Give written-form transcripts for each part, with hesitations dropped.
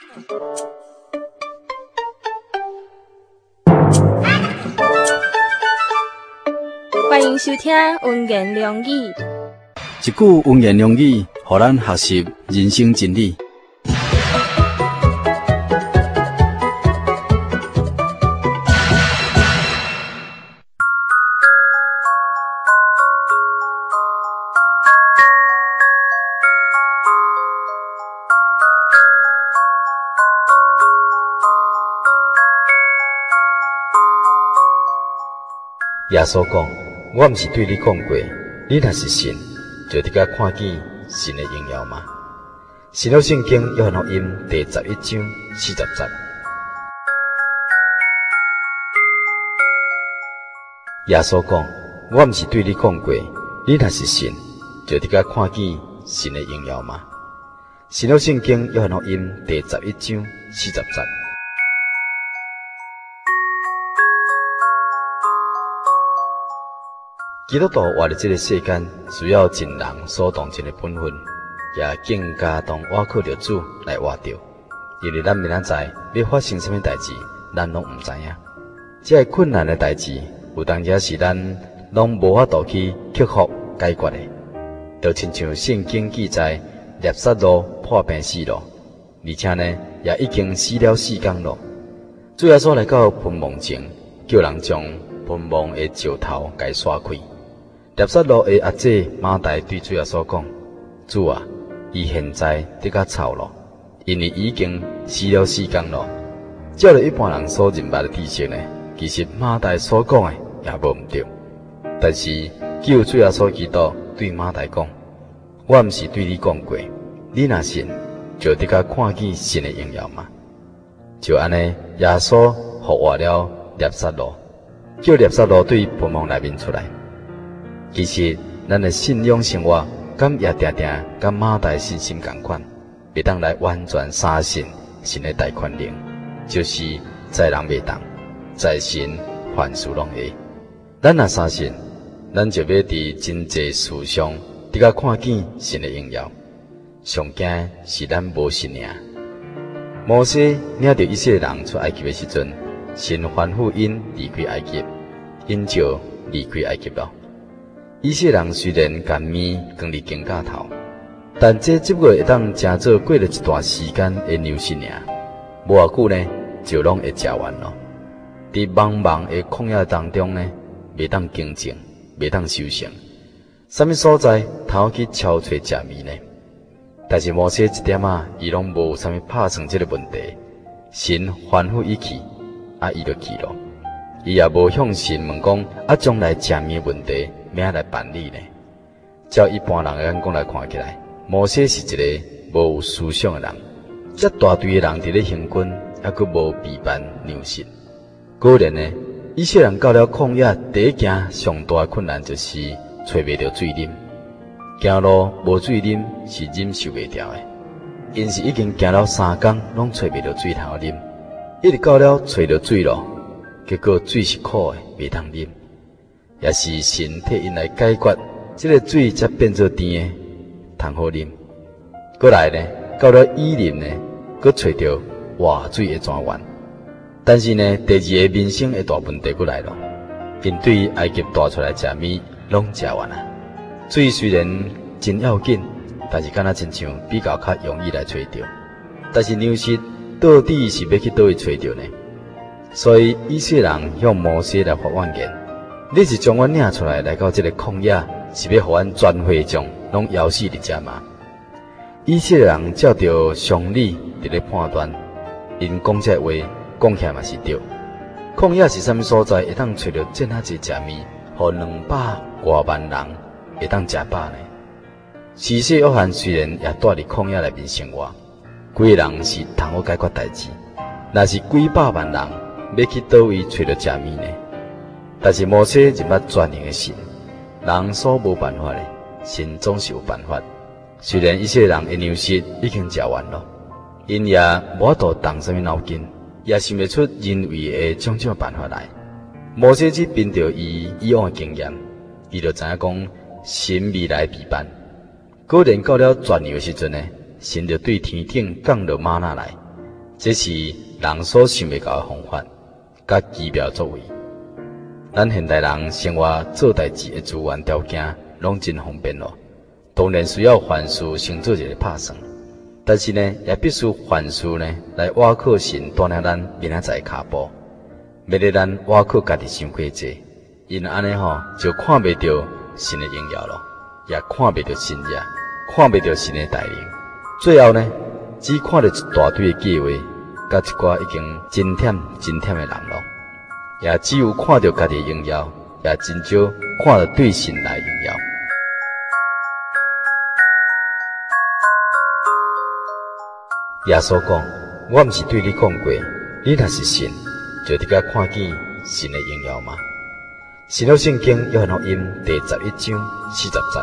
欢迎收听文言良语， 一句文言良语，互咱学习人生真理。 耶稣讲：“我毋是对你讲过，你若是信，就伫甲看见神的荣耀吗？”新约圣经约翰福音第11章40节。耶稣讲：“我毋是对你讲过，你若是信，就伫甲看见神的荣耀吗？”新约圣经约翰福音第11章40节。基督徒活伫这个世间，需要尽人所当尽的本分，也更加当倚靠着主来活着。因为咱明仔载要发生什么代志，咱拢唔知影。这困难的代志，有当时是咱拢无法度去克服解决的。就亲像圣经记载，列撒罗破病死了，而且呢，也已经死了4天了。主耶稣来到坟墓前，叫人将坟墓的石头给刷开。列撒罗的阿姐马大对主耶稣讲：“主啊，伊现在得较臭了，因为已经死了4天了。”照着一般人所认捌的知识呢，其实马大所讲的也无毋对。但是救主耶稣基督对马大讲：“我毋是对你讲过，你若信，就得甲看见神的荣耀嘛。”就安尼，耶稣复活了列撒罗，叫列撒罗对坟墓内面出来。其实，咱的信仰生活，敢也定定甲马大信心同款，袂当来完全相信神的大权能，就是在人袂当，在神凡事拢会。咱若相信，咱就要伫真济事上，伫甲看见神的荣耀。上惊是咱无信尔。摩西领着以色列人出埃及的时阵，神吩咐因离开埃及，因就离开埃及了。以色列人虽然把面放伫肩胛头，但这只不过会当真做过了一段时间的粮食尔，无偌久呢就拢会食完了。伫茫茫的旷野当中呢，袂当经静，袂当修行，什么所在通去敲找食物呢？但是摩西一点伊拢无啥物拍算这个问题，神吩咐伊去，伊就去了。伊也无向神问讲，将来食物的问题怎来办理呢？照一般人的眼光来看起来，摩西是一个无有思想的人。这大堆的人伫咧行军，还佫无备办粮食。果然呢，以色列人到了旷野，第一件上大的困难就是找袂到水啉。行路无水啉是忍受袂了的，因是已经行了3天，拢找袂到水通啉，一直到了找到水了，结果水是苦的，袂当啉。也是神替因来解决，这个水才变做甜的，通好啉。过来呢，到了以琳呢，佫找到活水的泉源。但是呢，第2个民生的大问题佫来了，因对埃及带出来食物拢食完了。水虽然真要紧，但是敢若亲像比较较容易来找到。但是粮食到底是要去倒位找到呢？所以以色列人向摩西来发怨言。你是将我领出来到这个旷野，是要互阮全会众拢枵死伫遮吗？以色列人照着常理伫咧判断，因讲这话讲起来嘛是对。旷野是啥物所在会当找到这么济食物，互200多万人会当食饱呢？施洗约翰虽然也住伫旷野内面生活，几个人是通好解决代志，若是几百万人要去倒位找到食物呢？但是摩西认捌全能的神，人所无办法的，神总是有办法。虽然以色列人的粮食已经食完了，因也无法度动什么脑筋，也想不出人为的种种办法来。摩西只凭着伊以往的经验，伊就知影讲神未来必办。果然到了全牛的时阵呢，神就对天顶降落玛纳来， 这是人所想袂到的方法，甲奇妙作为。咱现代人生活做代志的资源条件拢真方便咯，当然需要凡事先做一个拍算，但是呢，也必须凡事呢来挖靠神带领咱明仔载脚步，免得咱挖靠家己想过济，因安尼就看袂到神的荣耀咯，也看袂到神业，看袂到神的带领，最后呢，只看到一大堆的计划，甲一寡已经真忝的人咯。也只有看到家己的荣耀，也真少看到对神来荣耀。耶稣讲：“我毋是对你讲过，你若是信，就得甲看见神的荣耀吗？”新约圣经约翰福音第11章40节。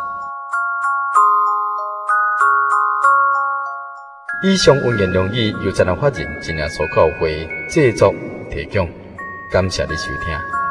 以上文言良语由赞良法人真耶稣教会制作提供。感谢你收听。